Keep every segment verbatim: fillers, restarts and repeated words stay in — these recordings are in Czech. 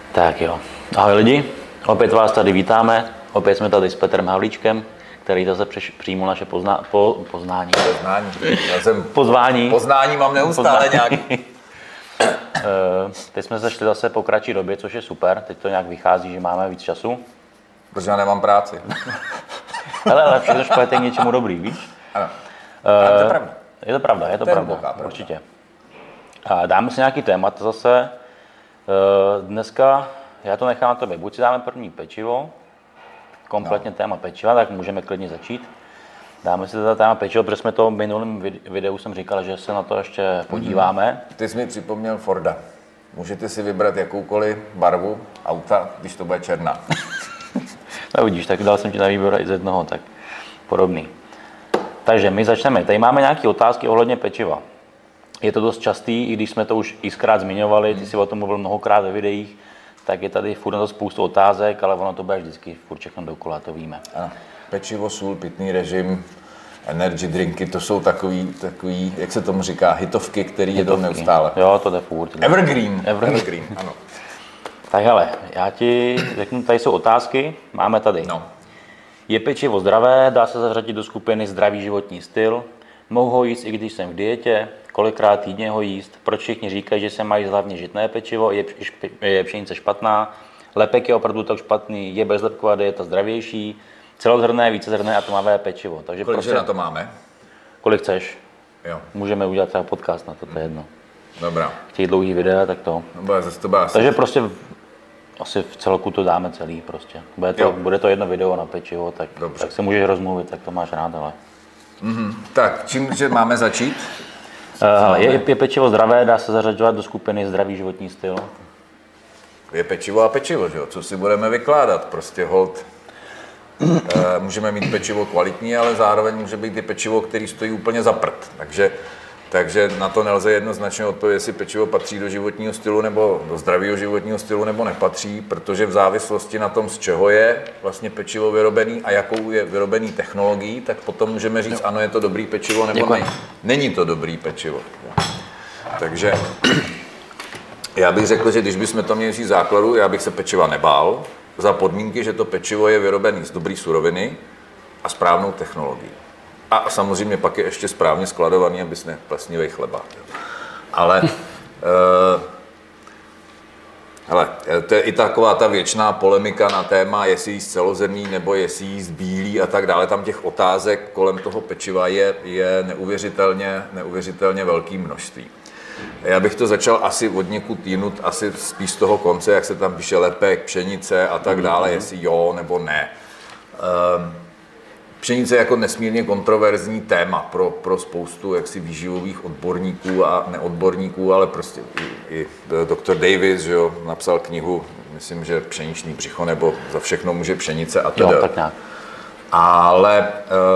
Tak jo. Ahoj lidi, opět vás tady vítáme. Opět jsme tady s Petrem Havlíčkem, který zase přijmul naše pozna, po, poznání. Poznání. Já jsem Pozvání. Poznání mám neustále Poznání. nějaký. Teď jsme se šli zase po kratší době, což je super. Teď to nějak vychází, že máme víc času. Protože já nemám práci. Ale, ale všechno špatně je k něčemu dobrý, víš? Ano. Uh, to je pravda. Je to pravda, je to, to je pravda, pravda, určitě. A dáme si nějaký témat zase. Dneska, já to nechám na tobě, buď si dáme první pečivo, kompletně no. téma pečiva, tak můžeme klidně začít. Dáme si teda téma pečivo, protože jsme to v minulém videu jsem říkal, že se na to ještě podíváme. Mm-hmm. Ty jsi mi připomněl Forda. Můžete si vybrat jakoukoliv barvu auta, když to bude černá. No vidíš, tak dal jsem ti na výběr i z jednoho, tak podobný. Takže my začneme. Tady máme nějaké otázky ohledně pečiva. Je to dost častý, i když jsme to už xkrát zmiňovali, ty jsi o tom mluvil mnohokrát ve videích, tak je tady furt na to spoustu otázek, ale ono to bude vždycky furt všechno dokola, to víme. Ano. Pečivo, sůl, pitný režim, energy drinky, to jsou takový, takový, jak se tomu říká, hitovky, které jedou neustále. Jo, to jde furt. Evergreen. Evergreen. Evergreen, ano. Tak hele, já ti řeknu, tady jsou otázky, máme tady. No. Je pečivo zdravé, dá se zařadit do skupiny zdravý životní styl, mohu ho jíst, i když jsem v dietě, kolikrát týdně ho jíst, proč všichni říkají, že se mají hlavně žitné pečivo, je, je pšenice špatná, lepek je opravdu tak špatný, je bezlepková dieta zdravější, celozrnné, vícezrnné a tmavé pečivo. Takže kolik prostě, na to máme? Kolik chceš? Jo. Můžeme udělat třeba podcast na to, to je jedno. Dobrá. Chtějí dlouhý videa, tak to. No, zase to asi... Takže prostě asi v celku to dáme celý prostě. Bude to, bude to jedno video na pečivo, tak, tak se můžeš rozmluvit, tak to máš rád, ale... Mm-hmm. Tak, čím že máme začít? Uh, je, je pečivo zdravé, dá se zařadovat do skupiny zdravý životní styl? Je pečivo a pečivo, že jo? Co si budeme vykládat? Prostě hold. Uh, můžeme mít pečivo kvalitní, ale zároveň může být i pečivo, který stojí úplně za prd. Takže, takže na to nelze jednoznačně odpovědět, jestli pečivo patří do životního stylu nebo do zdravého životního stylu nebo nepatří, protože v závislosti na tom, z čeho je vlastně pečivo vyrobený a jakou je vyrobený technologií, tak potom můžeme říct, jo. ano, je to dobrý pečivo nebo ne. Není to dobrý pečivo. Takže já bych řekl, že když bychom to měli říct základu, já bych se pečiva nebál, za podmínky, že to pečivo je vyrobené z dobré suroviny a správnou technologií. A samozřejmě pak je ještě správně skladovaný, abys neplesnivej chleba. Ale uh, hele, to je i taková ta věčná polemika na téma, jestli jíst celozrnný nebo jestli jíst bílý a tak dále. Tam těch otázek kolem toho pečiva je, je neuvěřitelně, neuvěřitelně velké množství. Já bych to začal asi od někud jinut, asi spíš z toho konce, jak se tam píše lepek, pšenice a tak dále, jestli jo nebo ne. Uh, Pšenice je jako nesmírně kontroverzní téma pro, pro spoustu jaksi výživových odborníků a neodborníků, ale prostě i, i doktor Davis, že jo, napsal knihu, myslím, že pšeničný břicho, nebo za všechno může pšenice a teda. Jo, tak nějak. Ale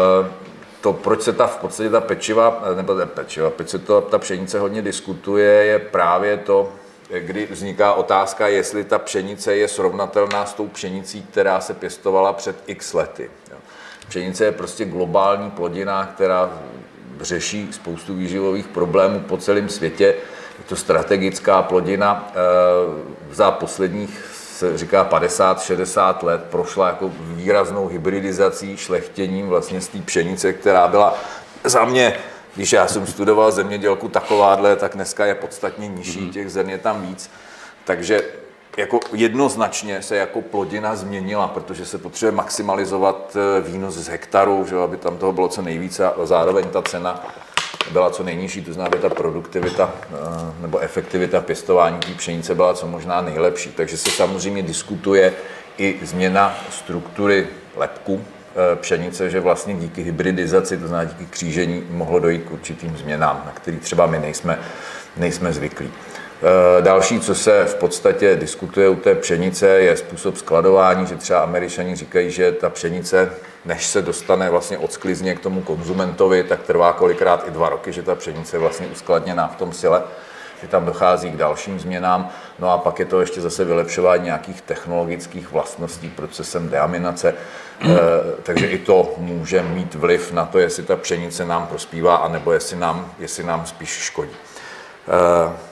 to, proč se ta v podstatě ta pečiva, nebo ta pečiva, proč se to, ta pšenice hodně diskutuje, je právě to, kdy vzniká otázka, jestli ta pšenice je srovnatelná s tou pšenicí, která se pěstovala před x lety. Pšenice je prostě globální plodina, která řeší spoustu výživových problémů po celém světě. Je to strategická plodina. Za posledních, se říká padesát šedesát let, prošla jako výraznou hybridizací, šlechtěním vlastně z té pšenice, která byla za mě, když já jsem studoval zemědělku takováhle, tak dneska je podstatně nižší, těch zrn je tam víc. Takže jako jednoznačně se jako plodina změnila, protože se potřebuje maximalizovat výnos z hektaru, že, aby tam toho bylo co nejvíce a zároveň ta cena byla co nejnižší, to znamená, aby ta produktivita nebo efektivita pěstování té pšenice byla co možná nejlepší. Takže se samozřejmě diskutuje i změna struktury lepku pšenice, že vlastně díky hybridizaci, to znamená díky křížení, mohlo dojít k určitým změnám, na který třeba my nejsme, nejsme zvyklí. Další, co se v podstatě diskutuje u té pšenice, je způsob skladování, že třeba Američani říkají, že ta pšenice, než se dostane vlastně od sklizně k tomu konzumentovi, tak trvá kolikrát i dva roky, že ta pšenice je vlastně uskladněná v tom sile, že tam dochází k dalším změnám. No a pak je to ještě zase vylepšování nějakých technologických vlastností procesem deaminace, e, takže i to může mít vliv na to, jestli ta pšenice nám prospívá, anebo jestli nám, jestli nám spíš škodí. E,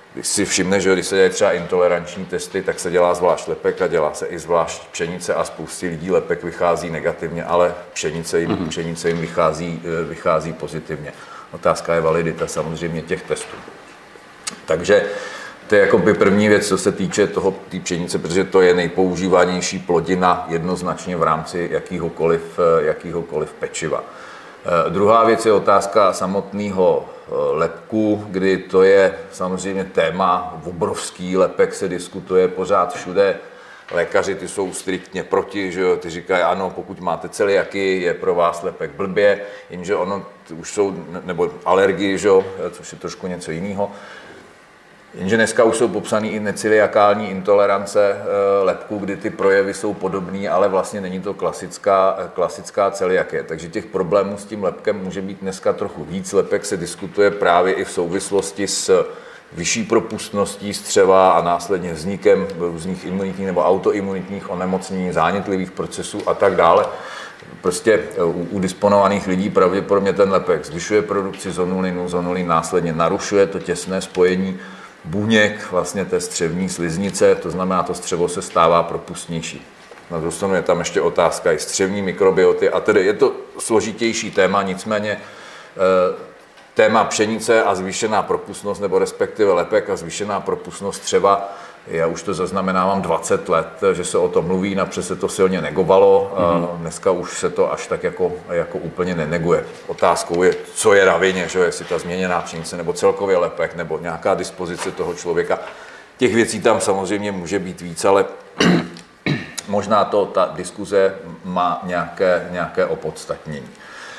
Když si všimne, že když se dělají třeba intoleranční testy, tak se dělá zvlášť lepek a dělá se i zvlášť pšenice a spoustě lidí lepek vychází negativně, ale pšenice jim, mm-hmm. pšenice jim vychází, vychází pozitivně. Otázka je validita samozřejmě těch testů. Takže to je jakoby první věc, co se týče toho té pšenice, protože to je nejpoužívanější plodina jednoznačně v rámci jakýhokoliv, jakýhokoliv pečiva. Druhá věc je otázka samotného lepku, kdy to je samozřejmě téma obrovský, lepek se diskutuje pořád všude. Lékaři ty jsou striktně proti, že jo, ty říkají, ano, pokud máte celiaky, je pro vás lepek blbě, jenže ono už jsou, nebo alergii, že jo, což je trošku něco jiného. Jenže dneska už jsou popsané i neceliakální intolerance lepku, kdy ty projevy jsou podobné, ale vlastně není to klasická, klasická celiakie. Takže těch problémů s tím lepkem může být dneska trochu víc. Lepek se diskutuje právě i v souvislosti s vyšší propustností střeva a následně vznikem různých imunitních nebo autoimunitních onemocnění, zánětlivých procesů a tak dále. Prostě u, u disponovaných lidí pravděpodobně ten lepek zvyšuje produkci zonulinu, zonulin následně narušuje to těsné spojení buněk vlastně té střevní sliznice, to znamená, to střevo se stává propustnější. Na druhou stranu je tam ještě otázka i střevní mikrobioty a tedy je to složitější téma, nicméně téma pšenice a zvýšená propustnost, nebo respektive lepek a zvýšená propustnost střeva, já už to zaznamenávám dvacet let, že se o tom mluví, napřed se to silně negovalo, mm-hmm. Dneska už se to až tak jako, jako úplně neneguje. Otázkou je, co je na vině, že? Jestli ta změněná pšenice, nebo celkově lepek, nebo nějaká dispozice toho člověka. Těch věcí tam samozřejmě může být víc, ale možná to, ta diskuze má nějaké, nějaké opodstatnění.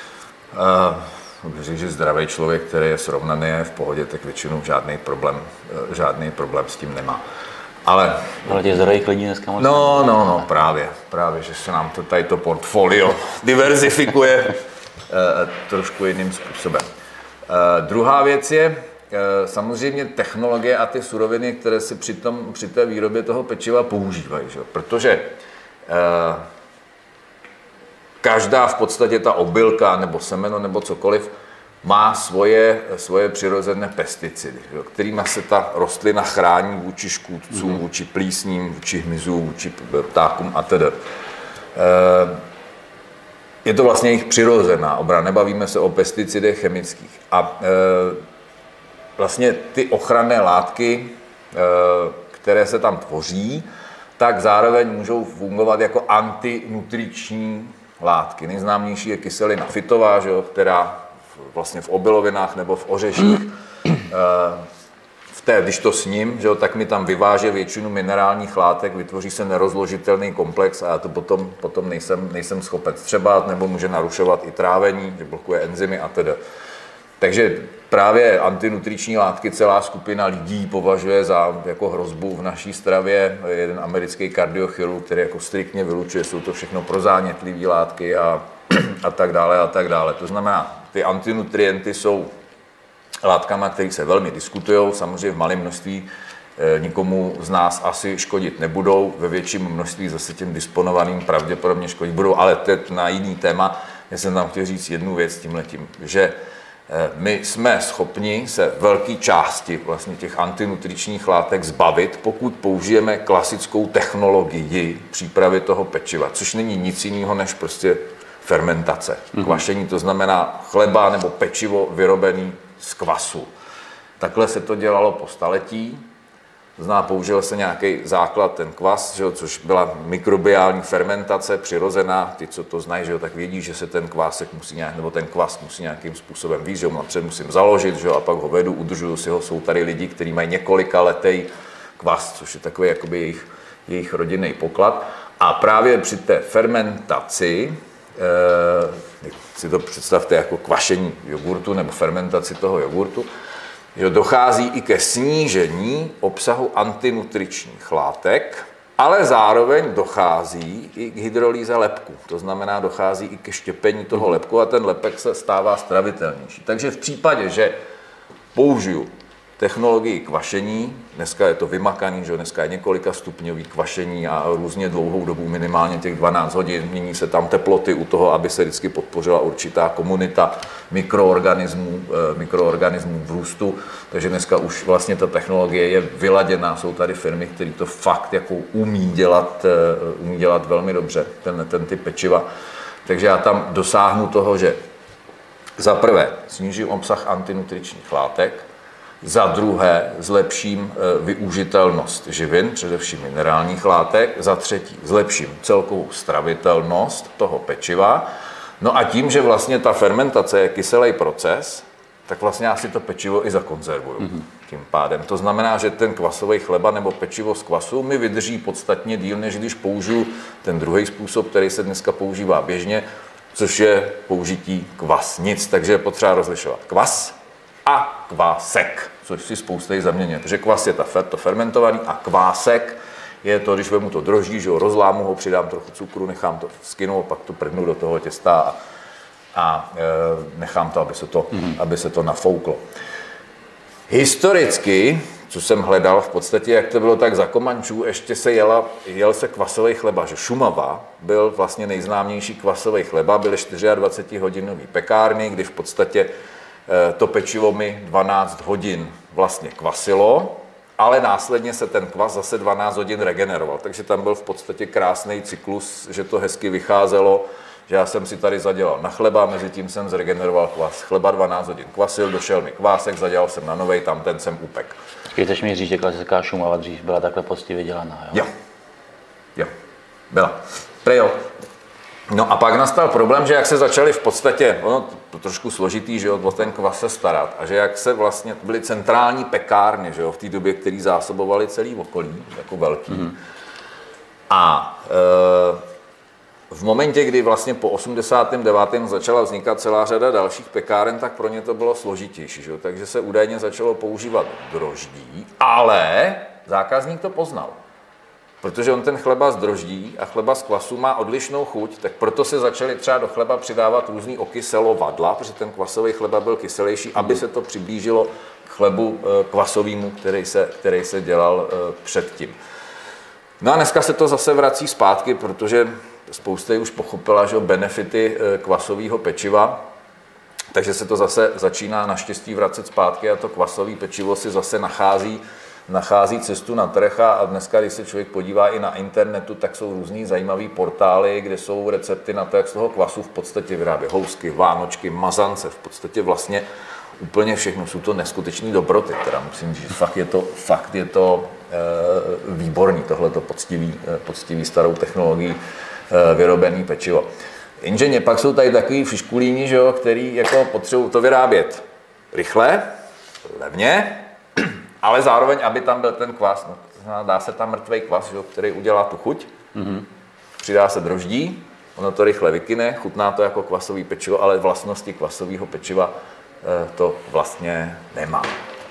Uh, že zdravý člověk, který je srovnaný, je v pohodě, tak většinou žádný problém, žádný problém s tím nemá. Ale, ale těch zdravých lidí dneska moc. No, no, no, právě, právě, že se nám to tady to portfolio diverzifikuje uh, trošku jiným způsobem. Uh, druhá věc je uh, samozřejmě technologie a ty suroviny, které se při, tom, při té výrobě toho pečiva používají, že? Protože uh, každá v podstatě ta obilka nebo semeno nebo cokoliv má svoje, svoje přirozené pesticidy, kterými se ta rostlina chrání vůči škůdcům, mm. vůči plísním, vůči hmyzům, vůči ptákům a tedy. Je to vlastně jejich přirozená obrana, nebavíme se o pesticidech chemických. A vlastně ty ochranné látky, které se tam tvoří, tak zároveň můžou fungovat jako antinutriční látky. Nejznámější je kyselina fitová, že jo, která vlastně v obilovinách nebo v ořeších, v té, když to sním, že jo, tak mi tam vyváže většinu minerálních látek, vytvoří se nerozložitelný komplex a já to potom, potom nejsem, nejsem schopen střebat, nebo může narušovat i trávení, že blokuje enzymy a tedy. Takže právě antinutriční látky celá skupina lidí považuje za jako hrozbu v naší stravě. Jeden americký kardiochirurg, který jako striktně vylučuje, jsou to všechno prozánětlivé látky a, a tak dále a tak dále. To znamená, ty antinutrienty jsou látkama, které se velmi diskutují, samozřejmě v malém množství nikomu z nás asi škodit nebudou, ve větším množství zase těm disponovaným pravděpodobně škodit budou, ale to je na jiný téma. Já jsem tam chtěl říct jednu věc tímhletím, že my jsme schopni se velké části vlastně těch antinutričních látek zbavit, pokud použijeme klasickou technologii přípravy toho pečiva, což není nic jiného než prostě fermentace, mm-hmm. kvašení, to znamená chleba nebo pečivo vyrobený z kvasu. Takhle se to dělalo po staletí. Zná, použil se nějaký základ, ten kvas, že jo, což byla mikrobiální fermentace přirozená. Ty, co to znají, že jo, tak vědí, že se ten kvásek musí nějak, nebo ten kvas musí nějakým způsobem víc, že ho napřed musím založit, že jo, a pak ho vedu, udržuju si ho. Jsou tady lidi, kteří mají několika letý kvas, což je takový jakoby jejich, jejich rodinný poklad. A právě při té fermentaci, eh, si to představte jako kvašení jogurtu nebo fermentaci toho jogurtu, že dochází i ke snížení obsahu antinutričních látek, ale zároveň dochází i k hydrolýze lepku. To znamená, dochází i ke štěpení toho lepku a ten lepek se stává stravitelnější. Takže v případě, že použiju technologii kvašení, dneska je to vymakaný, že dneska je několika stupňový kvašení a různě dlouhou dobu, minimálně těch dvanáct hodin, mění se tam teploty u toho, aby se vždycky podpořila určitá komunita mikroorganismů, mikroorganismů v růstu, takže dneska už vlastně ta technologie je vyladěná, jsou tady firmy, které to fakt jako umí dělat, umí dělat velmi dobře, ten, ten typ pečiva, takže já tam dosáhnu toho, že za prvé snížím obsah antinutričních látek, za druhé zlepším využitelnost živin, především minerálních látek, za třetí zlepším celkovou stravitelnost toho pečiva. No a tím, že vlastně ta fermentace je kyselý proces, tak vlastně já si to pečivo i zakonzervuju mm-hmm. tím pádem. To znamená, že ten kvasový chleba nebo pečivo z kvasu mi vydrží podstatně díl, než když použiju ten druhý způsob, který se dneska používá běžně, což je použití kvasnic. Takže je potřeba rozlišovat kvas a kvásek, což si spousta zaměňuje. Takže kvas je ta fer, to fermentovaný a kvásek je to, když vemu to droždí, že ho rozlámu ho, přidám trochu cukru, nechám to skynout, pak to prdnu do toho těsta a, a e, nechám to, aby se to, mm-hmm. aby se to nafouklo. Historicky, co jsem hledal, v podstatě, jak to bylo tak za Komančů, ještě se jela, jel se kvasový chleba, že Šumava byl vlastně nejznámější kvasový chleba, byly dvacetčtyřhodinový pekárny, kdy v podstatě to pečivo mi dvanáct hodin vlastně kvasilo, ale následně se ten kvas zase dvanáct hodin regeneroval. Takže tam byl v podstatě krásný cyklus, že to hezky vycházelo, že já jsem si tady zadělal na chleba, mezi tím jsem zregeneroval kvas. Chleba dvanáct hodin kvasil, došel mi kvásek, zadělal jsem na novej, tam ten jsem upek. Chceš mi říct, že klasická Šumava dřív byla takhle poctivě dělaná, jo? Jo, jo, byla. Prejo. No a pak nastal problém, že jak se začali v podstatě, ono to trošku složitý, že jo, o ten kvas se starat, a že jak se vlastně, byly centrální pekárny, že jo, v té době, které zásobovaly celý okolí, jako velký. Mm-hmm. A e, v momentě, kdy vlastně po osmdesátém devátém začala vznikat celá řada dalších pekáren, tak pro ně to bylo složitější, že jo, takže se údajně začalo používat droždí, ale zákazník to poznal. Protože on ten chleba z droždí a chleba z kvasu má odlišnou chuť, tak proto se začaly třeba do chleba přidávat různý okyselovadla, protože ten kvasový chleba byl kyselější, aby se to přiblížilo k chlebu kvasovému, který se, který se dělal předtím. No a dneska se to zase vrací zpátky, protože spousta už pochopila, že benefity kvasového pečiva, takže se to zase začíná naštěstí vracet zpátky a to kvasové pečivo si zase nachází nachází cestu na trh a dneska, když se člověk podívá i na internetu, tak jsou různý zajímavý portály, kde jsou recepty na to, jak z toho kvasu v podstatě vyrábí housky, vánočky, mazance, v podstatě vlastně úplně všechno. Jsou to neskutečné dobroty, teda musím říct, fakt je to, fakt je to e, výborný, tohleto poctivý, e, poctivý starou technologií e, vyrobený pečivo. Jenže pak jsou tady takový fiškulíni, že jo, který jako potřebují to vyrábět rychle, levně, ale zároveň, aby tam byl ten kvas, no, dá se tam mrtvej kvas, že, který udělá tu chuť, mm-hmm. přidá se droždí, ono to rychle vykyne, chutná to jako kvasový pečivo, ale vlastnosti kvasového pečiva e, to vlastně nemá.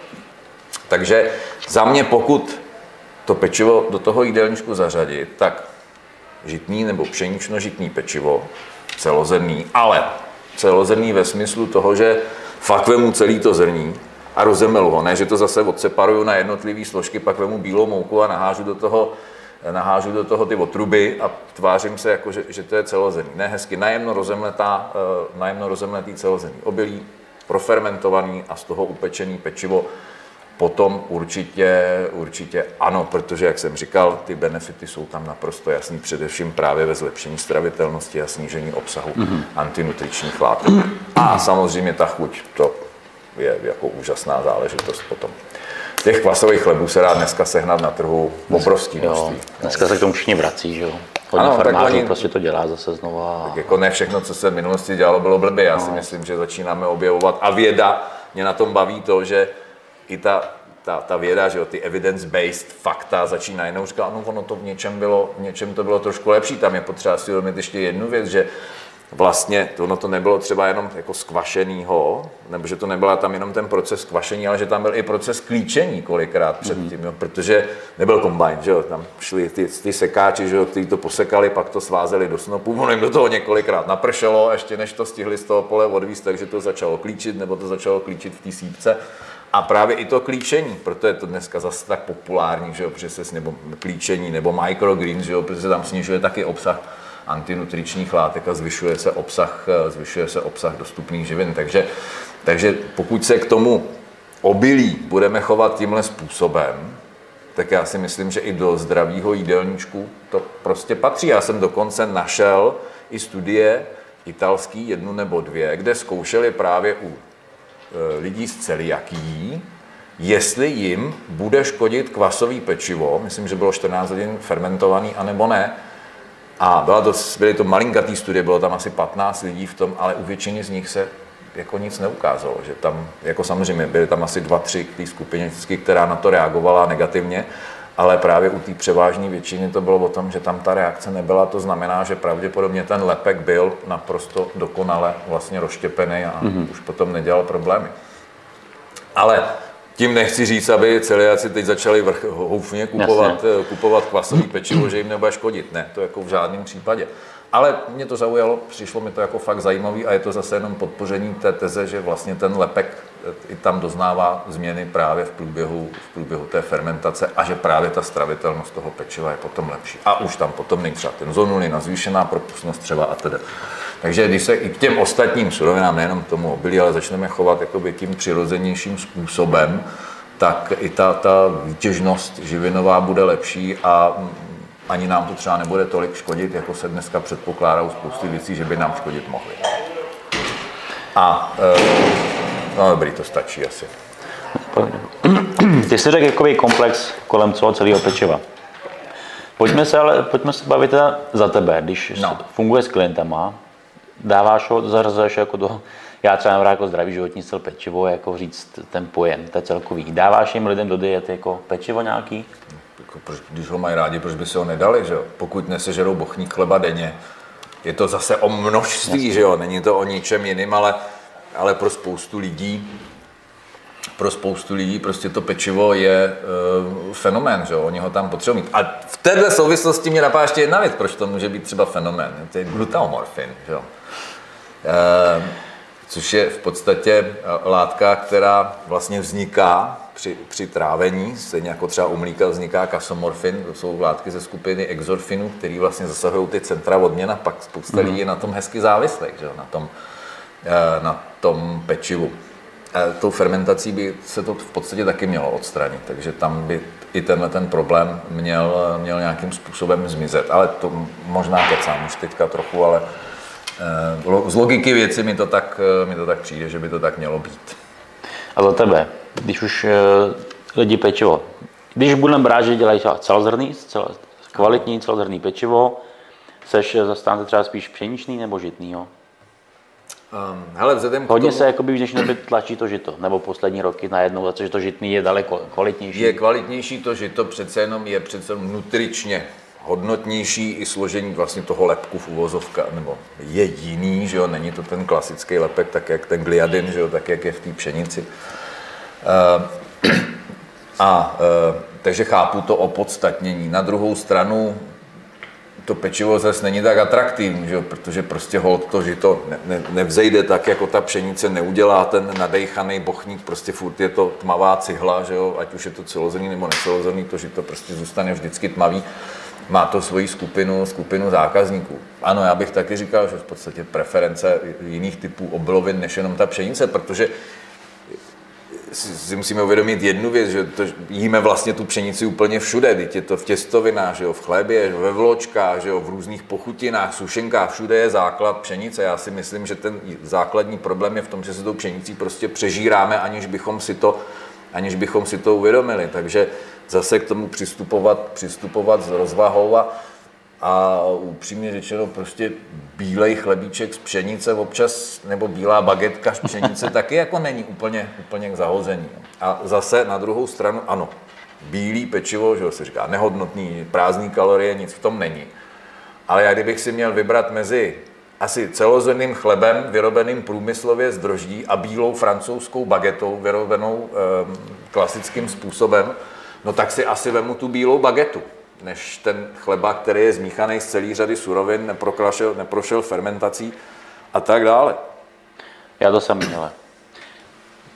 Takže za mě, pokud to pečivo do toho jídelníčku zařadit, tak žitný nebo pšenično-žitný pečivo, celozrnný, ale celozrnný ve smyslu toho, že fakt vemu celý to zrní, a rozemelu ho, ne, že to zase odseparuju na jednotlivé složky, pak vemu bílou mouku a nahážu do toho, nahážu do toho ty otruby a tvářím se, jako, že, že to je celozrnný. Ne, hezky najemno rozemletá, najemno rozemletý celozrnný obilí, profermentovaný a z toho upečený pečivo, potom určitě, určitě ano, protože, jak jsem říkal, ty benefity jsou tam naprosto jasný, především právě ve zlepšení stravitelnosti a snížení obsahu mm-hmm. antinutričních látek. A samozřejmě ta chuť, to je jako úžasná záležitost potom. Těch kvasových chlebů se dá dneska sehnat na trhu obrovský množství. Dneska se k tomu všichni vrací, že jo. Hodně farmářů oni, prostě to dělá zase znova. Tak jako ne všechno, co se v minulosti dělalo, bylo blbě. Já no. si myslím, že začínáme objevovat. A věda, mě na tom baví to, že i ta, ta, ta věda, že jo, ty evidence-based fakta začíná jenom říkat, no ono to v něčem bylo, v něčem to bylo trošku lepší. Tam je potřeba si uvědomit ještě jednu věc, že vlastně to, ono to nebylo třeba jenom jako skvašenýho, nebo že to nebyla tam jenom ten proces kvašení, ale že tam byl i proces klíčení kolikrát předtím, mm-hmm. protože nebyl kombajn, že jo, tam šli ty, ty sekáči, že jo, kteří to posekali, pak to svázeli do snopů, ono jim do toho několikrát napršelo, ještě než to stihli z toho pole odvízt, takže to začalo klíčit, nebo to začalo klíčit v té sípce A právě i to klíčení, proto je to dneska zase tak populární, že jo, protože se, nebo klíčení, nebo microgreens, že jo, protože se tam snižuje taky obsah antinutričních látek a zvyšuje se obsah, zvyšuje se obsah dostupných živin. Takže, takže pokud se k tomu obilí budeme chovat tímhle způsobem, tak já si myslím, že i do zdravého jídelníčku to prostě patří. Já jsem dokonce našel i studie italský, jednu nebo dvě, kde zkoušeli právě u e, lidí s celiakií, jestli jim bude škodit kvasový pečivo, myslím, že bylo čtrnáct hodin fermentovaný, anebo ne. A byla to, byly to malinkatý studie, bylo tam asi patnáct lidí v tom, ale u většiny z nich se jako nic neukázalo, že tam, jako samozřejmě byly tam asi dva, tři k té skupině vždycky, která na to reagovala negativně, ale právě u té převážné většiny to bylo o tom, že tam ta reakce nebyla, to znamená, že pravděpodobně ten lepek byl naprosto dokonale vlastně rozštěpený a mm-hmm. už potom nedělal problémy. Ale tím nechci říct, aby celiaci teď začali vrch, houfně kupovat, kupovat kvasový pečivo, že jim nebude škodit. Ne, to jako v žádném případě. Ale mě to zaujalo, přišlo mi to jako fakt zajímavý a je to zase jenom podpoření té teze, že vlastně ten lepek i tam doznává změny právě v průběhu, v průběhu té fermentace a že právě ta stravitelnost toho pečiva je potom lepší. A už tam potom není třeba ten zonulin, zvýšená propustnost třeba a tedy. Takže když se i k těm ostatním surovinám, nejenom k tomu obilí, ale začneme chovat jakoby tím přirozenějším způsobem, tak i ta, ta výtěžnost živinová bude lepší a ani nám to třeba nebude tolik škodit, jako se dneska předpokládá u spousty věcí, že by nám škodit mohly. A no dobrý, to stačí asi. Ty jsi řekl jakový komplex kolem toho celého pečiva. Pojďme se ale pojďme se bavit teda za tebe, když no. funguje s klientama, dáváš ho, zařazuješ jako do, já třeba navrát jako zdravý životní styl pečivo, jako říct ten pojem, to je celkový. Dáváš jim lidem do diety jako pečivo nějaký? Proč, když ho mají rádi, proč by si ho nedali, že jo? Pokud nesežerou bochník chleba denně. Je to zase o množství, Jasně. že jo? Není to o ničem jiným, ale, ale pro spoustu lidí pro spoustu lidí prostě to pečivo je uh, fenomén, že jo? Oni ho tam potřebují mít. A v této souvislosti mě napadá ještě jedna věc, proč to může být třeba fenomén. To je glutamorfin, že jo? Uh, což je v podstatě látka, která vlastně vzniká Při, při trávení, stejně jako třeba u mlíka vzniká kasomorfin, to jsou látky ze skupiny exorfinu, které vlastně zasahují ty centra odměn a pak spousta lidí je na tom hezky závislých, že? Na, tom, na tom pečivu. Tou fermentací by se to v podstatě taky mělo odstranit, takže tam by i tenhle ten problém měl, měl nějakým způsobem zmizet. Ale to možná kecám už teďka trochu, ale z logiky věci mi to tak, mi to tak přijde, že by to tak mělo být. A za tebe, když už e, lidi pečivo, když budeme brát, že dělají celozrnný, cel, kvalitní celozrnný pečivo, seš zastánce třeba spíš pšeničný nebo žitnýho? Um, hele, vzhledem k Hodně tomu, se jakoby v dnešní době tlačí to žito, nebo poslední roky najednou, za to, že to žitný je daleko kvalitnější. Je kvalitnější to žito, přece jenom je přece jenom nutričně hodnotnější i složení vlastně toho lepku v uvozovka, nebo je jiný, že jo, není to ten klasický lepek, tak jak ten gliadin, že jo, tak jak je v té pšenici. Uh, a uh, takže chápu to opodstatnění. Na druhou stranu to pečivo zase není tak atraktivní, že jo, protože prostě holt to žito ne, ne, nevzejde tak, jako ta pšenice, neudělá ten nadejchaný bochník, prostě furt je to tmavá cihla, že jo, ať už je to celozrnný nebo necelozrnný, to žito prostě zůstane vždycky tmavý. Má to svoji skupinu, skupinu zákazníků. Ano, já bych taky říkal, že v podstatě preference jiných typů obilovin, než jenom ta pšenice, protože si musíme uvědomit jednu věc, že to, jíme vlastně tu pšenici úplně všude, teď je to v těstovinách, že jo, v chlebě, ve vločkách, že jo, v různých pochutinách, sušenkách, všude je základ pšenice. Já si myslím, že ten základní problém je v tom, že se tou pšenicí prostě přežíráme, aniž bychom si to, aniž bychom si to uvědomili. Takže zase k tomu přistupovat, přistupovat s rozvahou a, a upřímně řečeno prostě bílej chlebíček z pšenice občas, nebo bílá bagetka z pšenice taky jako není úplně, úplně k zahození. A zase na druhou stranu, ano, bílý pečivo, že se říká nehodnotný, prázdný kalorie, nic v tom není. Ale já kdybych si měl vybrat mezi asi celozrnným chlebem, vyrobeným průmyslově z droždí a bílou francouzskou bagetou, vyrobenou eh, klasickým způsobem, no tak si asi vemu tu bílou bagetu, než ten chleba, který je zmíchaný z celé řady surovin, neprošel, neprošel fermentací a tak dále. Já to samý, ale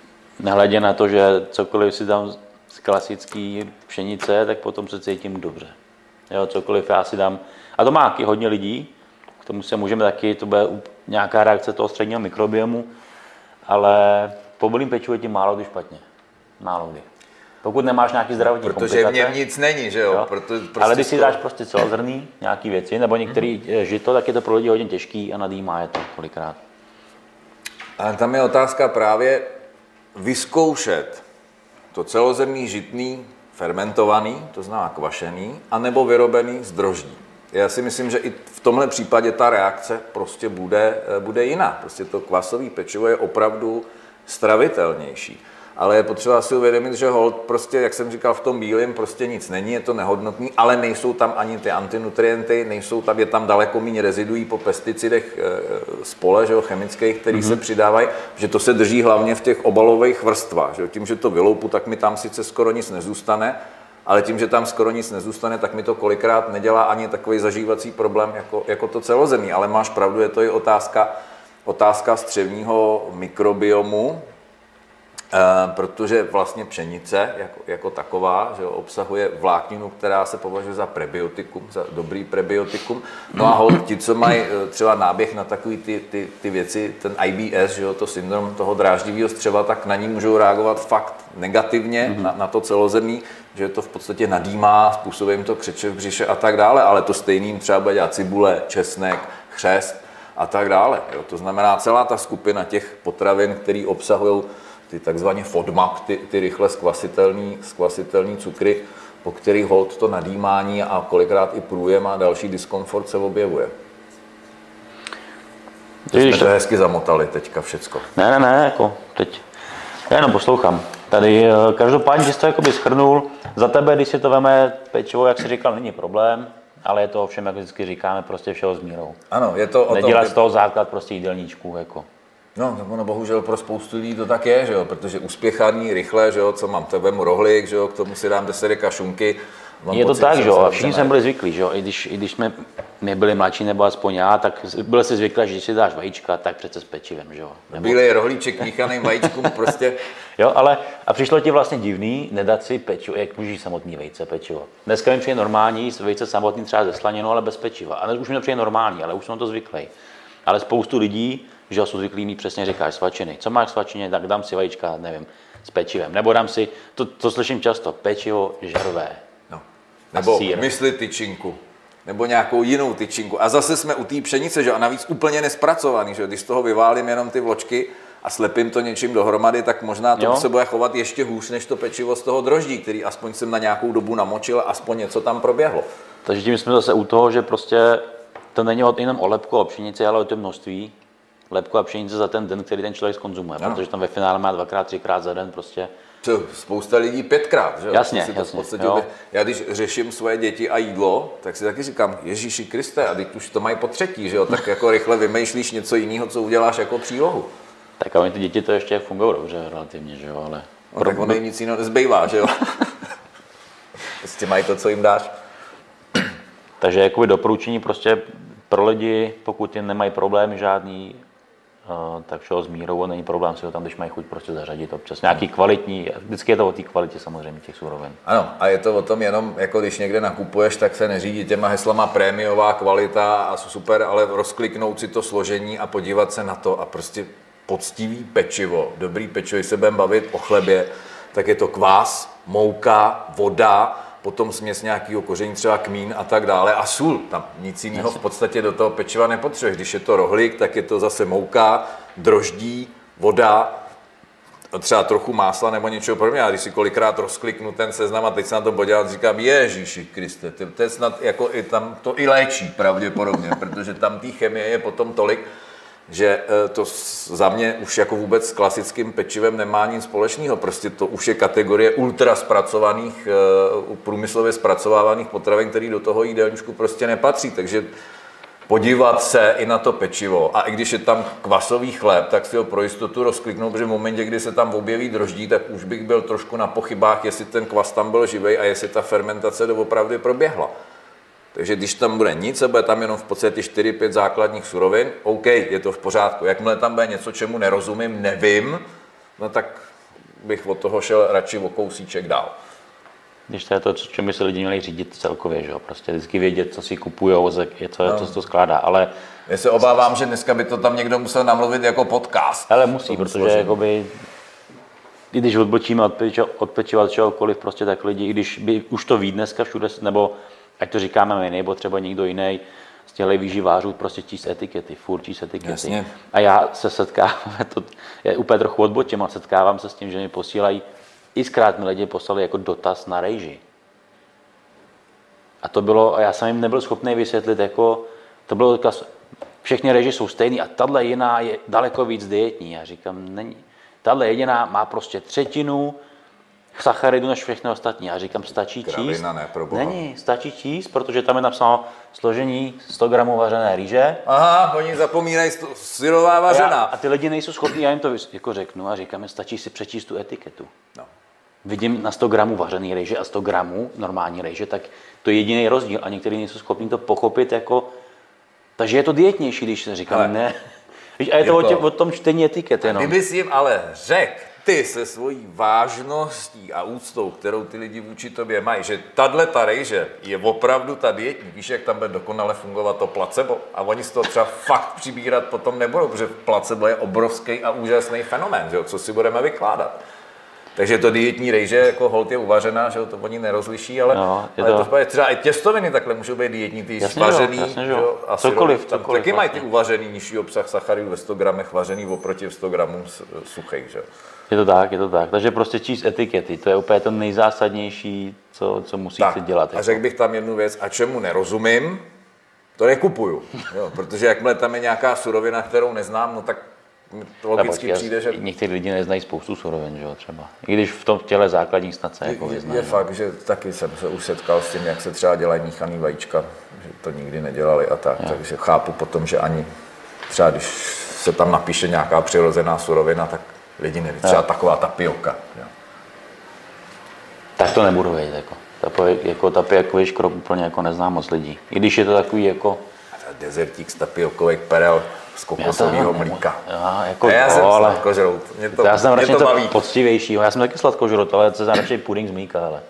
Nehledě na to, že cokoliv si dám z klasické pšenice, tak potom se cítím dobře. Jo, cokoliv já si dám, a to má taky hodně lidí, k tomu se můžeme taky, to bude nějaká reakce toho středního mikrobiomu, ale po bílém pečivu je ti málo kdy špatně. Málo kdy. Pokud nemáš nějaký zdravotní Protože komplikace. Protože v něm nic není, že jo? jo? Proto, prostě ale když si to... dáš prostě celozrnný nějaký věci, nebo některý mm-hmm. žito, tak je to pro lidi hodně těžký a nadýmá je to kolikrát. Ale tam je otázka právě vyzkoušet to celozrnný žitný fermentovaný, to znamená kvašený, anebo vyrobený z droždí. Já si myslím, že i v tomhle případě ta reakce prostě bude, bude jiná. Prostě to kvasové pečivo je opravdu stravitelnější. Ale je potřeba si uvědomit, že hold prostě, jak jsem říkal, v tom bílém prostě nic není, je to nehodnotný, ale nejsou tam ani ty antinutrienty, nejsou tam, je tam daleko méně reziduí po pesticidech z pole, že jo, chemických, který mm-hmm. se přidávají, že to se drží hlavně v těch obalových vrstvách. Že jo. Tím, že to vyloupu, tak mi tam sice skoro nic nezůstane, ale tím, že tam skoro nic nezůstane, tak mi to kolikrát nedělá ani takový zažívací problém jako, jako to celozemí. Ale máš pravdu, je to i otázka, otázka střevního mikrobiomu, e, protože vlastně pšenice jako, jako taková, že jo, obsahuje vlákninu, která se považuje za prebiotikum, za dobrý prebiotikum. No a holt, ti, co mají třeba náběh na takový ty, ty, ty věci, ten I B S, že jo, to syndrom toho dráždivého střeva, tak na ní můžou reagovat fakt negativně mm-hmm. na, na to celozemí, že to v podstatě nadýmá, způsobuje jim to křeče v břiše a tak dále, ale to stejným třeba bude dělat cibule, česnek, chřest a tak dále. Jo. To znamená celá ta skupina těch potravin, které obsahují ty takzvané FODMAP, ty, ty rychle skvasitelné skvasitelný cukry, po kterých holt to nadýmání a kolikrát i průjem a další diskomfort se objevuje. To jsme to hezky zamotali teďka všecko. Ne, ne, ne, jako teď. Já jenom poslouchám. Tady každopádně jsi to jakoby shrnul. Za tebe, když si to veme pečivo, jak jsi říkal, není problém, ale je to ovšem, jak vždycky říkáme, prostě všeho s mírou. Ano, je to o Nedělat tom, z toho základ prostě jídelníčků, jako. No, ono bohužel pro spoustu lidí to tak je, že jo, protože uspěchaný, rychle, že jo, co mám, tak vemu rohlík, že jo, k tomu si dám deset šunky. Mám je to pocit, tak, že jo, a všichni jsme byli zvyklí, že jo, i když, i když jsme my byli mladší, nebo aspoň já, tak byl si zvyklý, že když si dáš vajíčka, tak přece s pečivem, že jo. Nebo... Bílej rohlíček míchaným vajíčkům prostě. Jo, ale a přišlo ti vlastně divný nedat si pečivo, jak můžeš samotný vejce pečivo. Dneska mi přijde normální jíst vejce samotný třeba ze slaninou, ale bez pečiva. A už mi to přijde normální, ale už jsem to zvyklý. Ale spoustu lidí, že jsou zvyklí mít, přesně říkáš, svačiny. Co máš svačině, tak dám si vajíčka, nevím, s pečivem. Nebo dám si, to, to slyším často, pečivo žervé. No. Nebo mysli tyčinku. Nebo nějakou jinou tyčinku. A zase jsme u té pšenice, že a navíc úplně nespracovaný, že když z toho vyválím jenom ty vločky a slepím to něčím dohromady, tak možná to se bude chovat ještě hůř než to pečivo z toho droždí, který aspoň jsem na nějakou dobu namočil a aspoň něco tam proběhlo. Takže tím jsme zase u toho, že prostě to není jenom o lepku a pšenici, ale o to množství lepku a pšenice za ten den, který ten člověk skonzumuje, no. Protože tam ve finále má dvakrát, třikrát za den prostě. Co, spousta lidí pětkrát, že? Jasně, si to jasně. V podstatě, já když řeším svoje děti a jídlo, tak si taky říkám, Ježíši Kriste, a teď už to mají po třetí, že jo? Tak jako rychle vymýšlíš něco jiného, co uděláš jako přílohu. Tak a oni ty děti to ještě fungují dobře relativně, že jo, ale... No, pro... tak ono jim nic jiného nezbývá, že jo? Prostě mají to, co jim dáš. Takže jakoby doporučení prostě pro lidi, pokud jim nemají problémy žádný, tak všeho s mírou, není problém si ho tam, když mají chuť, prostě zařadit občas. Nějaký kvalitní, vždycky je to o té kvalitě samozřejmě těch surovin. Ano, a je to o tom jenom, jako když někde nakupuješ, tak se neřídí těma heslama prémiová kvalita a super, ale rozkliknout si to složení a podívat se na to a prostě poctivý pečivo, dobrý pečivo, když se budeme bavit o chlebě, tak je to kvás, mouka, voda, potom směs nějakého koření, třeba kmín a tak dále a sůl. Tam nic jiného v podstatě do toho pečiva nepotřebuješ. Když je to rohlík, tak je to zase mouka, droždí, voda, třeba trochu másla nebo něčeho podobného. A když si kolikrát rozkliknu ten seznam a teď se na to podívám, říkám, Ježíši Kriste, to je snad jako i tam to i léčí pravděpodobně, protože tam té chemie je potom tolik, že to za mě už jako vůbec s klasickým pečivem nemá nic společného. Prostě to už je kategorie ultra zpracovaných, průmyslově zpracovávaných potravin, který do toho jídelníčku prostě nepatří. Takže podívat se i na to pečivo. A i když je tam kvasový chléb, tak si ho pro jistotu rozkliknout, protože v momentě, kdy se tam objeví droždí, tak už bych byl trošku na pochybách, jestli ten kvas tam byl živej a jestli ta fermentace doopravdy proběhla. Takže když tam bude nic a bude tam jenom v podstatě čtyři pět základních surovin, OK, je to v pořádku. Jakmile tam bude něco, čemu nerozumím, nevím, no tak bych od toho šel radši o kousíček dál. Když to je to, čím by se lidi měli řídit celkově, že jo? Prostě vždycky vědět, co si kupujou, je co, no. co se to skládá, ale... Já se obávám, že dneska by to tam někdo musel namluvit jako podcast. Ale musí, protože jakoby, i když odbočíme od, pečiva, od pečiva čehokoliv, prostě tak lidi, i když by už to ví dneska všude, nebo ať to říkáme my, nebo třeba někdo jiný, z těchto výživářů prostě číst etikety, furt číst etikety. Jasně. A já se setkávám, to je úplně trochu odbočím, a setkávám se s tím, že mi posílají, i zkrát mi lidi poslali jako dotaz na rejži. A to bylo, a já jsem jim nebyl schopný vysvětlit, jako, to bylo takové, všechny rejži jsou stejný a tahle jiná je daleko víc dietní. Já říkám, není. Tahle jediná má prostě třetinu sacharidu než všechny ostatní. Já říkám, stačí číst? Kravina, ne, pro boha. Není, stačí číst, protože tam je napsáno složení sto gramů vařené rýže. Aha, oni zapomínají syrová vařená. A, a ty lidi nejsou schopní, já jim to jako řeknu a říkám, stačí si přečíst tu etiketu. No. Vidím na sto gramů vařený rejže a sto gramů normální rejže, tak to je jediný rozdíl a někteří nejsou schopní to pochopit jako, takže je to dietnější, když se říkám, ale ne. Víš, a je to, je to o tom čtení etikety jenom. Kdyby jsi jim ale řekl, ty se svojí vážností a úctou, kterou ty lidi vůči tobě mají, že tahle ta rejže je opravdu ta dietní, víš, jak tam bude dokonale fungovat to placebo a oni z toho třeba fakt přibírat potom nebudou, protože placebo je obrovský a úžasný fenomén, že jo? Co si budeme vykládat. Takže to dietní rejže, jako holt je uvařená, že to oni nerozliší, ale, no, je ale to... to třeba i těstoviny takhle můžou být dietní, ty vařený, jasně, že jo, a cokoliv, tam cokoliv, taky vlastně. mají ty uvařený nižší obsah sacharidů ve sto gramech vařený oproti sto gramů suchých, že jo. Je to tak, je to tak. Takže prostě číst etikety, to je úplně to nejzásadnější, co, co musíte tak, dělat. A jako. Řekl bych tam jednu věc, a čemu nerozumím, to nekupuju, jo, protože jakmile tam je nějaká surovina, kterou neznám, no tak to logicky počkej, přijde, že... Někteří lidi neznají spoustu surovin, že jo, třeba. I když v tom těle základní snad se jako vyznají. Je fakt, že taky jsem se už setkal s tím, jak se třeba dělají míchaný vajíčka, že to nikdy nedělali a tak, jo. Takže chápu potom, že ani třeba když se tam napíše nějaká přirozená surovina, tak lidi neví, třeba taková tapioka. Jo. Tak to nebudu vědět, jako. Tapo, jako tapiokový škrob úplně jako neznám moc lidí. I když je to takový jako... Dezertík z tapiokových perel z kokosového mlíka. Já, jako, já jo, jsem ale... sladkožrout. Mě to, já jsem radši to baví. poctivějšího. Já jsem taky sladkožrout, ale se radši puding z mlíka, ale...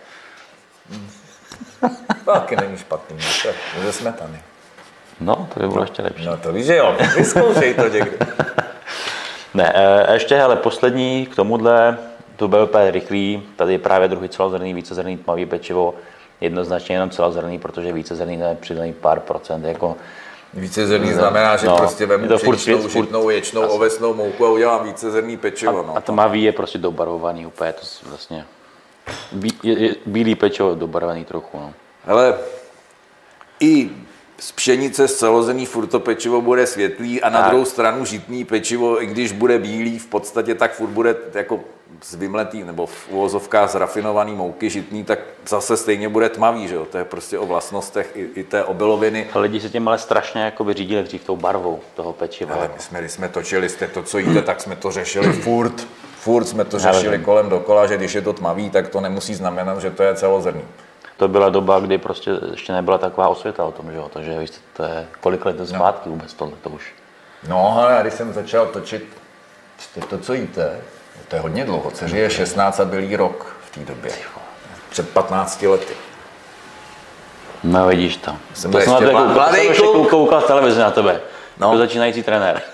Taky není špatný, to je ze smetany. No, to by bylo ještě lepší. No to víš, že jo, vyzkoušej to někdy. Ne, ještě, ale poslední k tomuhle, to byl úplně rychlý, tady je právě druhý celozrnný, vícezrnný tmavý pečivo, jednoznačně jenom celozrnný, protože vícezrnný je přidaný pár procent, jako... Vícezrnný znamená, že no, prostě vemu pšeničnou, žitnou, ječnou, asi. ovesnou mouku a udělám vícezrnný pečivo. A, no. a tmavý je prostě dobarvovaný úplně, to vlastně... Bí, je, je, bílý pečivo dobarvený trochu, no. Hele, i z pšenice z celozrnný furt to pečivo bude světlý a na tak. druhou stranu žitný pečivo, i když bude bílý, v podstatě tak furt bude jako z vymletý, nebo v uvozovkách z rafinovaný mouky žitný, tak zase stejně bude tmavý, že jo? To je prostě o vlastnostech i, i té obiloviny. A lidi se tím ale strašně jako by řídili dřív tou barvou toho pečiva. Ale my jsme, když jsme točili jste to, co jíte, tak jsme to řešili furt. Furt jsme to řešili kolem dokola, že když je to tmavý, tak to nemusí znamenat, že to je celozrnný. To byla doba, kdy prostě ještě nebyla taková osvěta o tom, že jo? Takže víš, to je kolik let zpátky no. vůbec tohle to už. No, ale když jsem začal točit to, co jíte, to je hodně dlouho, dceři je šestnáct a byl jí rok v té době. Před patnácti lety. No vidíš to. Jsem to jsem ještě koukal, mladý jsem ještě koukal v televizi na tebe. No. Jako začínající trenér.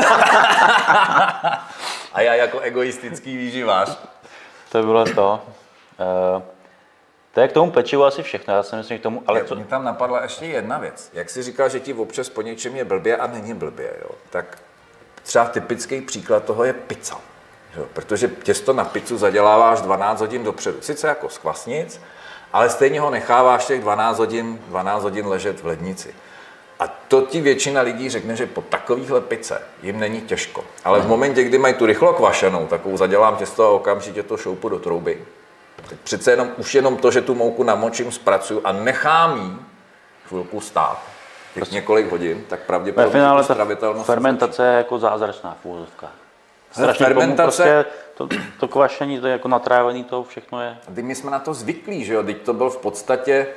A já jako egoistický výživář. To bylo to. Uh, to je k tomu pečivu asi všechno, já si myslím, že k tomu, ale co... Mě tam napadla ještě jedna věc. Jak jsi říkal, že ti občas po něčem je blbě a není blbě, jo? Tak třeba typický příklad toho je pizza. Jo? Protože těsto na pizzu zaděláváš dvanáct hodin dopředu, sice jako z kvasnic, ale stejně ho necháváš těch dvanáct hodin, dvanáct hodin ležet v lednici. A to ti většina lidí řekne, že po takovýchhle pice jim není těžko. Ale v momentě, kdy mají tu rychlo kvašenou, takovou zadělám těsto a okamžitě to šoupu do trouby, tak přece jenom, už jenom to, že tu mouku namočím, zpracuju a nechám jí chvilku stát, těch prostě několik hodin, tak pravděpodobně ve finále to stravitelnost... Fermentace je jako zázračná v úvozovkách. Strašně fermentace... prostě to, to kvašení, to je jako natrávený, to všechno je. A my jsme na to zvyklí, že jo? Teď to byl v podstatě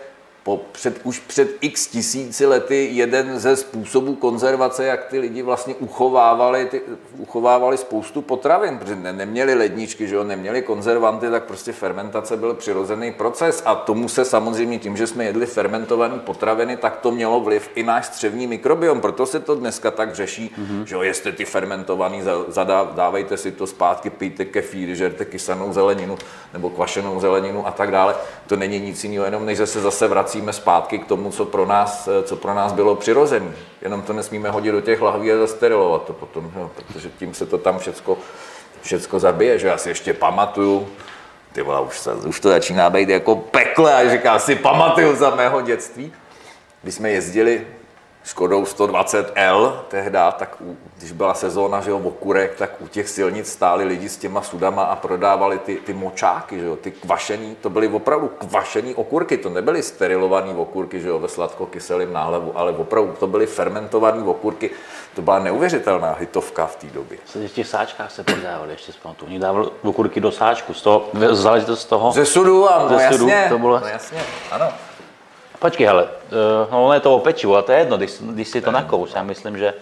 po před, už před x tisíci lety jeden ze způsobů konzervace, jak ty lidi vlastně uchovávali, ty, uchovávali spoustu potravin, protože ne, neměli ledničky, že jo, neměli konzervanty, tak prostě fermentace byl přirozený proces a tomu se samozřejmě tím, že jsme jedli fermentované potraviny, tak to mělo vliv i náš střevní mikrobiom, proto se to dneska tak řeší, mm-hmm. že jo, jeste ty fermentovaný, zadá, dávejte si to zpátky, pijte kefír, žerte kysanou zeleninu nebo kvašenou zeleninu a tak dále. To není nic jiného, jenom než se zase vracíme zpátky k tomu, co pro nás, co pro nás bylo přirozené. Jenom to nesmíme hodit do těch lahví a zasterilovat to potom, jo, protože tím se to tam všecko, všecko zabije. Že já si ještě pamatuju, ty vole, už, se, už to začíná být jako pekle, a říkám si, pamatuju za mého dětství, když jsme jezdili Škodou sto dvacet L tehda, tak u, když byla sezóna, že jo, okurek, tak u těch silnic stáli lidi s těma sudama a prodávali ty, ty močáky, že jo, ty kvašený, to byly opravdu kvašený okurky, to nebyly sterilovaný okurky, že jo, ve sladkokyselém nálevu, ale opravdu to byly fermentovaný okurky, to byla neuvěřitelná hitovka v té době. V těch sáčkách se prodávali, ještě zpamatuju, oni dávali okurky do sáčku, z toho, vzali to z toho? Ze sudu, a no ze jasně, sudu, to bylo... no jasně, ano. Počkej, hele, no ono je to o pečivu, a to je jedno, když, když si to nakous, já myslím, že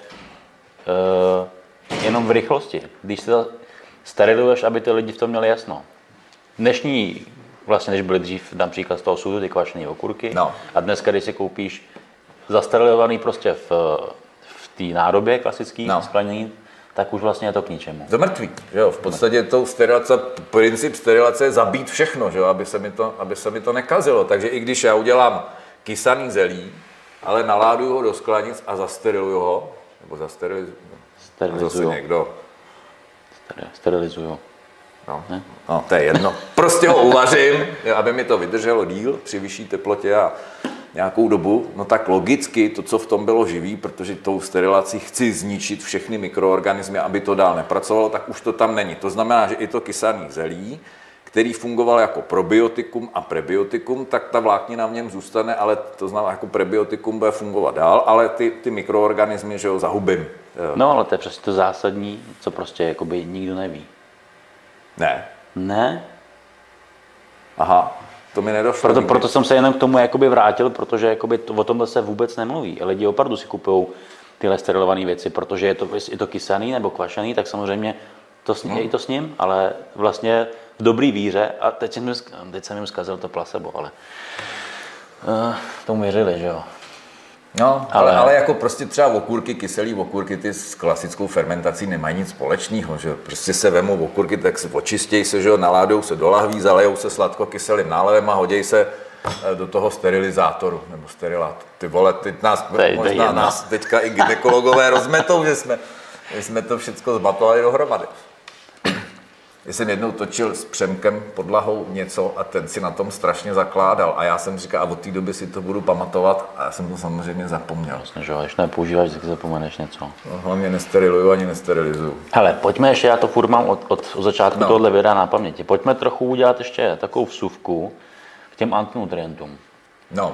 uh, jenom v rychlosti, když si to steriluješ, aby ty lidi v tom měli jasno. Dnešní, vlastně než byly dřív, dám příklad z toho sudu, ty kvašené okurky, no. A dneska, když si koupíš zasterilovaný prostě v, v té nádobě klasický, no. Skleněný, tak už vlastně je to k ničemu. To mrtvý, že jo, v podstatě tou sterilace, princip sterilace je zabít všechno, že jo, aby se mi to, aby se mi to nekazilo, takže i když já udělám kysaný zelí, ale naláduju ho do sklenic a zasteriluju ho, nebo zasterilizuju, Sterilizuju. zase někdo. Sterilizuju. No, no, to je jedno. Prostě ho uvařím, aby mi to vydrželo díl při vyšší teplotě a nějakou dobu, no tak logicky to, co v tom bylo živý, protože tou sterilací chci zničit všechny mikroorganismy, aby to dál nepracovalo, tak už to tam není. To znamená, že i to kysaný zelí, který fungoval jako probiotikum a prebiotikum, tak ta vláknina v něm zůstane, ale to znamená, jako prebiotikum bude fungovat dál, ale ty, ty mikroorganismy, že ho zahubím. No, ale to je přesně to zásadní, co prostě jakoby nikdo neví. Ne. Ne? Aha, to mi nedošlo. Proto, proto jsem se jenom k tomu jakoby vrátil, protože jakoby to, o tomhle se vůbec nemluví. Lidi opravdu si kupují tyhle sterilované věci, protože je to, je to kysaný nebo kvašený, tak samozřejmě to sní, hmm. je to s ním, ale vlastně v dobrý víře, a teď jsem, teď jsem jim zkazil to placebo, ale uh, tomu věřili, že jo. No, ale, ale jako prostě třeba okurky, kyselý okurky, ty s klasickou fermentací nemají nic společného, že prostě se vemou okurky, tak se očistějí se, že jo, naládou se do lahví, zalejou se sladkokyselým nálevem a hodějí se do toho sterilizátoru, nebo sterilátoru. Ty vole, teď nás, Tej, možná nás teďka i gynekologové rozmetou, že jsme, že jsme to všechno zbatovali dohromady. Já jsem jednou točil s Přemkem Podlahou něco a ten si na tom strašně zakládal a já jsem říkal, a od té doby si to budu pamatovat a já jsem to samozřejmě zapomněl. Vlastně, že když nepoužíváš, tak zapomeneš něco. No, hlavně nesteriluju ani nesterilizuju. Hele, pojďme ještě, já to furt mám od, od, od začátku no. tohohle videa na paměti. Pojďme trochu udělat ještě takovou vsuvku k těm antinutrientům. No.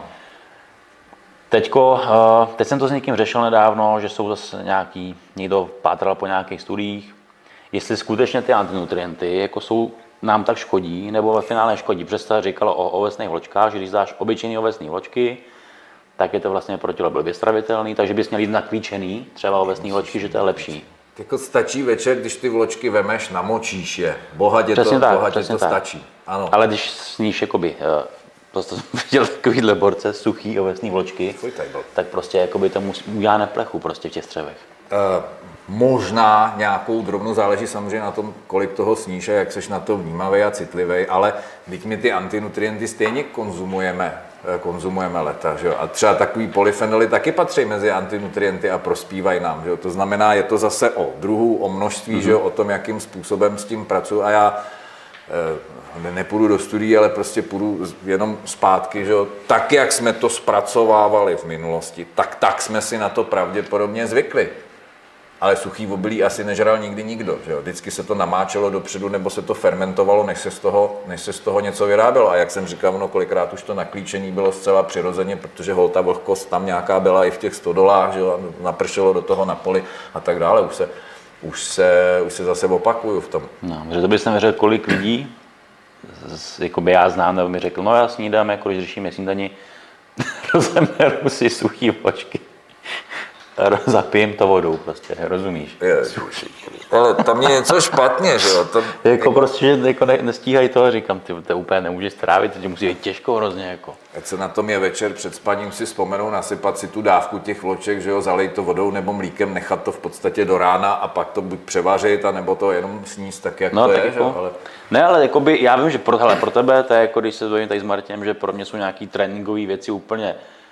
Teďko, teď jsem to s někým řešil nedávno, že jsou zase nějaký, někdo pátral po nějakých studiích, jestli skutečně ty antinutrienty jako jsou, nám tak škodí, nebo ve finále škodí. Přesto říkalo o ovesných vločkách, že když dáš obyčejný ovesný vločky, tak je to vlastně pro tělo blbě stravitelný, takže bys měl jít nakvíčený, třeba ovesný vločky, že to je lepší. Jako stačí večer, když ty vločky vemeš, namočíš je. Bohatě to, přesně tak, bohatě přesně to tak. stačí. Ano. Ale když sníš jakoby, prostě jsem viděl takovýhle borce, suchý ovesný vločky, tak prostě jakoby tomu udělá neplechu prostě v těch střevech. Uh, možná nějakou drobnou, záleží samozřejmě na tom, kolik toho sníš a jak seš na to vnímavý a citlivý, ale teď my ty antinutrienty stejně konzumujeme, konzumujeme leta, že jo? A třeba takový polyfenoly taky patří mezi antinutrienty a prospívají nám, že jo? To znamená, je to zase o druhu, o množství, mm-hmm. že jo? O tom, jakým způsobem s tím pracuji a já eh, nepůjdu do studií, ale prostě půjdu jenom zpátky, že jo? Tak, jak jsme to zpracovávali v minulosti, tak, tak jsme si na to pravděpodobně zvykli. Ale suchý obilí asi nežral nikdy nikdo, že jo? Vždycky se to namáčelo dopředu, nebo se to fermentovalo, než se z toho, než se z toho něco vyrábělo. A jak jsem říkal, no kolikrát už to naklíčení bylo zcela přirozeně, protože hol ta vlhkost tam nějaká byla i v těch stodolách, že jo? Napršelo do toho na poli a tak dále. Už se, už se, už se zase opakuju v tom. No, že to bys nevěřil, kolik lidí, jakoby já znám, nebo mi řekl, no já snídám, jako když řešíme snídani, rozemeru si suchý vločky. Zapijím to vodou prostě, rozumíš? Je, ale tam je něco špatně, že jo? Tam, jako, jako prostě, že jako ne, nestíhají to, říkám, ty to úplně nemůžeš strávit, to musí být těžko hrozně jako. Ať se na tom je večer před spaním si vzpomenou, nasypat si tu dávku těch vloček, že jo, zalej to vodou nebo mlíkem, nechat to v podstatě do rána a pak to buď převařit, anebo to jenom sníst tak, jak no, to tak je, jako, že jo? Ale... Ne, ale jakoby, já vím, že pro, hele, pro tebe, to je jako když se dojím tady s Martinem, že pro mě jsou nějaký tréninkové věci úplně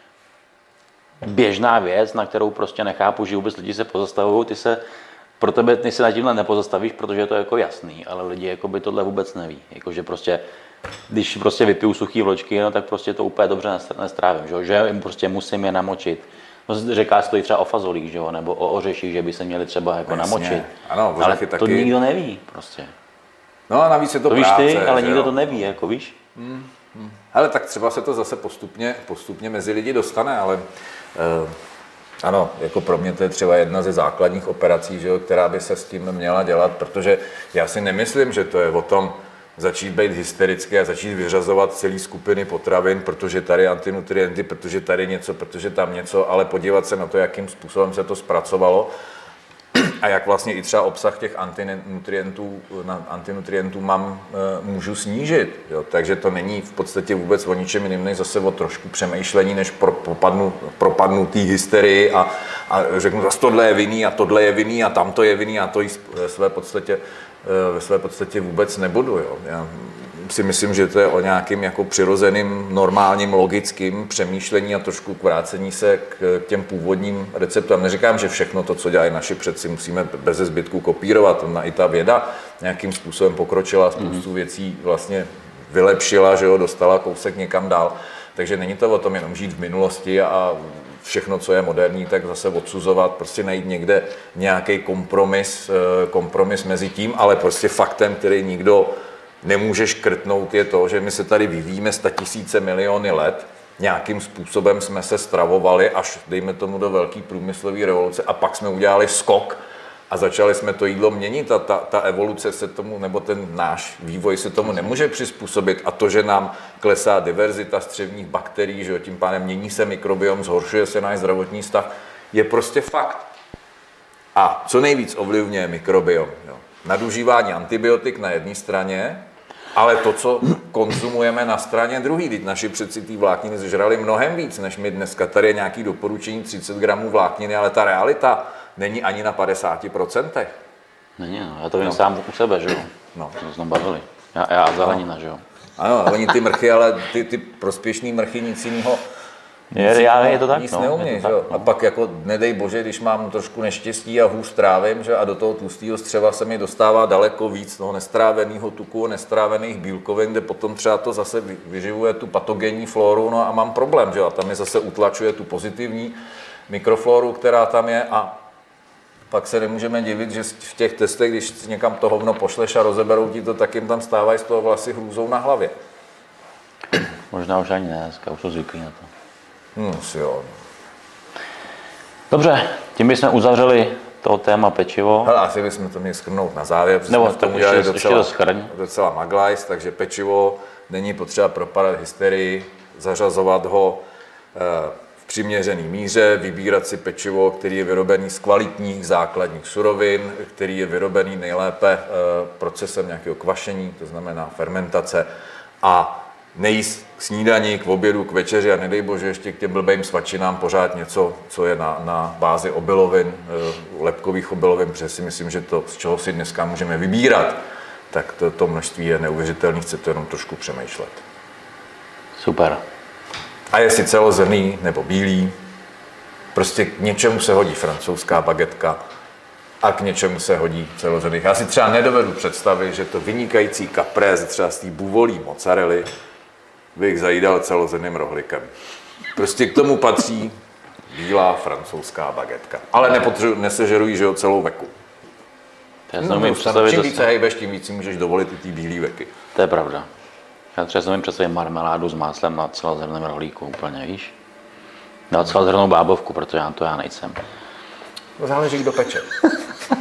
běžná věc, na kterou prostě nechápu, že vůbec lidi se pozastavují, ty se, pro tebe ty se na tímhle nepozastavíš, protože je to jako jasný, ale lidi jako by tohle vůbec neví, jakože prostě, když prostě vypiju suchý vločky, no, tak prostě to úplně dobře nestrávím, že, že jim prostě musím je namočit. No, říká se to i třeba o fazolích, že jo, nebo o ořeších, že by se měli třeba jako Jasně. namočit, Ano, ale to taky. nikdo neví prostě. No a navíc je to, to práce, víš ty, ale nikdo jo? to neví, jako víš. Hmm, hmm. Ale tak třeba se to zase postupně, postupně mezi lidi dostane, ale eh, ano, jako pro mě to je třeba jedna ze základních operací, že jo, která by se s tím měla dělat, protože já si nemyslím, že to je o tom začít být hysterický a začít vyřazovat celý skupiny potravin, protože tady antinutrienty, protože tady něco, protože tam něco, ale podívat se na to, jakým způsobem se to zpracovalo a jak vlastně i třeba obsah těch antinutrientů, antinutrientů mám, můžu snížit. Jo? Takže to není v podstatě vůbec o ničem jiném, než zase o trošku přemýšlení, než pro, propadnu, propadnu té hysterii a, a řeknu, že tohle je vinný a tohle je vinný a tamto je vinný a to jí ve své podstatě, ve své podstatě vůbec nebudu. Jo? Já si myslím, že to je o nějakým jako přirozeným, normálním, logickým přemýšlení a trošku k vrácení se k těm původním receptům. Neříkám, že všechno to, co dělají naši předci, musíme bez zbytku kopírovat. Ona i ta věda nějakým způsobem pokročila, spoustu mm-hmm. věcí vlastně vylepšila, že jo, dostala kousek někam dál. Takže není to o tom jenom žít v minulosti a všechno, co je moderní, tak zase odsuzovat, prostě najít někde nějaký kompromis, kompromis mezi tím, ale prostě faktem, který nikdo nemůže škrtnout, je to, že my se tady vyvíjíme statisíce miliony let, nějakým způsobem jsme se stravovali až, dejme tomu, do velké průmyslové revoluce a pak jsme udělali skok a začali jsme to jídlo měnit a ta, ta evoluce se tomu, nebo ten náš vývoj se tomu nemůže přizpůsobit a to, že nám klesá diverzita střevních bakterií, že tím pádem mění se mikrobiom, zhoršuje se náš zdravotní stav, je prostě fakt. A co nejvíc ovlivňuje mikrobiom? Jo? Nadužívání antibiotik na jedné straně, ale to, co konzumujeme na straně druhé, teď naši předci vlákniny zžrali mnohem víc, než my dneska. Tady je nějaké doporučení třicet gramů vlákniny, ale ta realita není ani na padesáti procentech. Není, no. Já to vím no. sám u sebe, že jo? No. To jsme bavili. Já, já zelenina, no. že jo? Ano, oni ty mrchy, ale ty, ty prospěšný mrchy nic jiného. Je, já, je to tak, nic no, neumějí, tak, no. No. A pak jako nedej bože, když mám trošku neštěstí a hůř trávím, že a do toho tlustého střeva se mi dostává daleko víc toho nestráveného tuku, nestrávených bílkovin, kde potom třeba to zase vyživuje tu patogenní floru, no a mám problém, že a tam mi zase utlačuje tu pozitivní mikrofloru, která tam je a pak se nemůžeme divit, že v těch testech, když někam to hovno pošleš a rozeberou ti to, tak jim tam stávají z toho vlasy hrůzou na hlavě. Možná už ani ne, dneska už jsou zvyklí na to. Hmm, jo. Dobře, tím bychom uzavřeli toho téma pečivo. Hele, asi bychom to měli shrnout na závěr, protože Nebo jsme v tom udělali ještě, docela, ještě docela maglajs, takže pečivo není potřeba propadat hysterii, zařazovat ho v přiměřené míře, vybírat si pečivo, který je vyrobený z kvalitních základních surovin, který je vyrobený nejlépe procesem nějakého kvašení, to znamená fermentace, a nejíst k snídani, k obědu, k večeři a nedej bože ještě k těm blbým svačinám pořád něco, co je na, na bázi obilovin, lepkových obilovin, protože si myslím, že to, z čeho si dneska můžeme vybírat, tak to, to množství je neuvěřitelné, chce to jenom trošku přemýšlet. Super. A jestli celozrnný nebo bílý, prostě k něčemu se hodí francouzská bagetka a k něčemu se hodí celozrnný. Já si třeba nedovedu představit, že to vynikající caprese třeba z té buvolí mozzarelly bych zajídal celozrnným rohlikem. Prostě k tomu patří bílá francouzská bagetka. Ale nepotřebuji, nesežerují, že jo, celou veku. No, no, čím více hejbeš, tím víc si můžeš dovolit i ty bílý veky. To je pravda. Já třeba jsem představit marmeládu s máslem na celozrnném rohlíku úplně, víš? Dal celozrnnou bábovku, protože já to já nejsem. Záleží, kdo peče.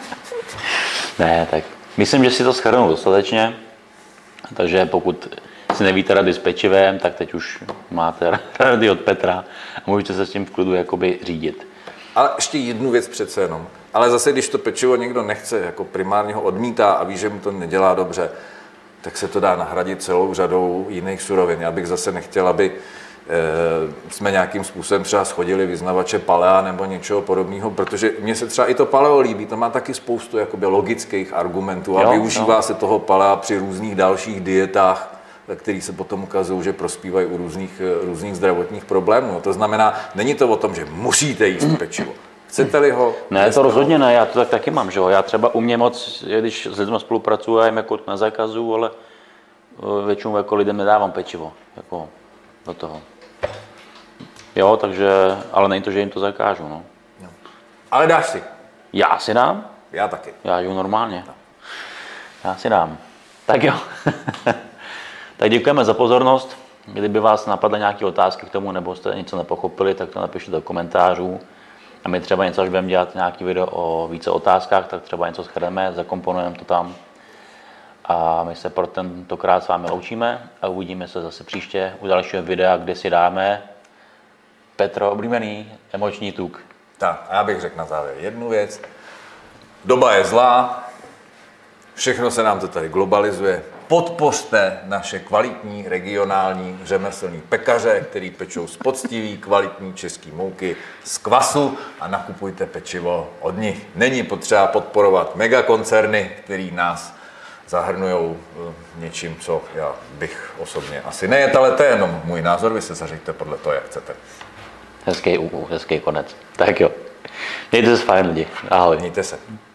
Ne, tak myslím, že si to shrnul dostatečně. Takže pokud si nevíte rady s pečivem, tak teď už máte rady od Petra a můžete se s tím v klidu jakoby řídit. Ale ještě jednu věc přece jenom. Ale zase, když to pečivo někdo nechce, jako primárně ho odmítá a ví, že mu to nedělá dobře, tak se to dá nahradit celou řadou jiných surovin. Já bych zase nechtěl, aby e, jsme nějakým způsobem třeba schodili vyznavače palea nebo něčeho podobného, protože mně se třeba i to paleo líbí, to má taky spoustu jakoby logických argumentů a jo, využívá jo. se toho palea při různých dalších dietách, který se potom ukazují, že prospívají u různých, různých zdravotních problémů. To znamená, není to o tom, že musíte jíst pečivo. Chcete-li ho? Ne, to rozhodně ne, já to tak taky mám, že jo. Já třeba u mě moc, když s lidmi spolupracuji, já jim jako na zákazu, ale většinou jako lidem nedávám pečivo, jako do toho. Jo, takže, ale není to, že jim to zakážu, no. No. Ale dáš si? Já si dám? Já taky. Já žiju normálně. Já si dám. Tak jo. Tak děkujeme za pozornost. Kdyby vás napadly nějaké otázky k tomu, nebo jste něco nepochopili, tak to napište do komentářů. A my třeba něco, až budeme dělat nějaký video o více otázkách, tak třeba něco shrneme, zakomponujeme to tam. A my se pro tentokrát s vámi loučíme a uvidíme se zase příště u dalšího videa, kde si dáme Petro oblíbený emoční tuk. Tak, a já bych řekl na závěr jednu věc. Doba je zlá, všechno se nám to tady globalizuje. Podpořte naše kvalitní regionální řemeslní pekaře, který pečou z poctivý, kvalitní český mouky z kvasu a nakupujte pečivo od nich. Není potřeba podporovat megakoncerny, který nás zahrnujou něčím, co já bych osobně asi nejet, ale to je jenom můj názor, vy se zařiďte podle toho, jak chcete. Hezký, hezký konec. Tak jo. Mějte se fajn lidi. Ahoj. Mějte se.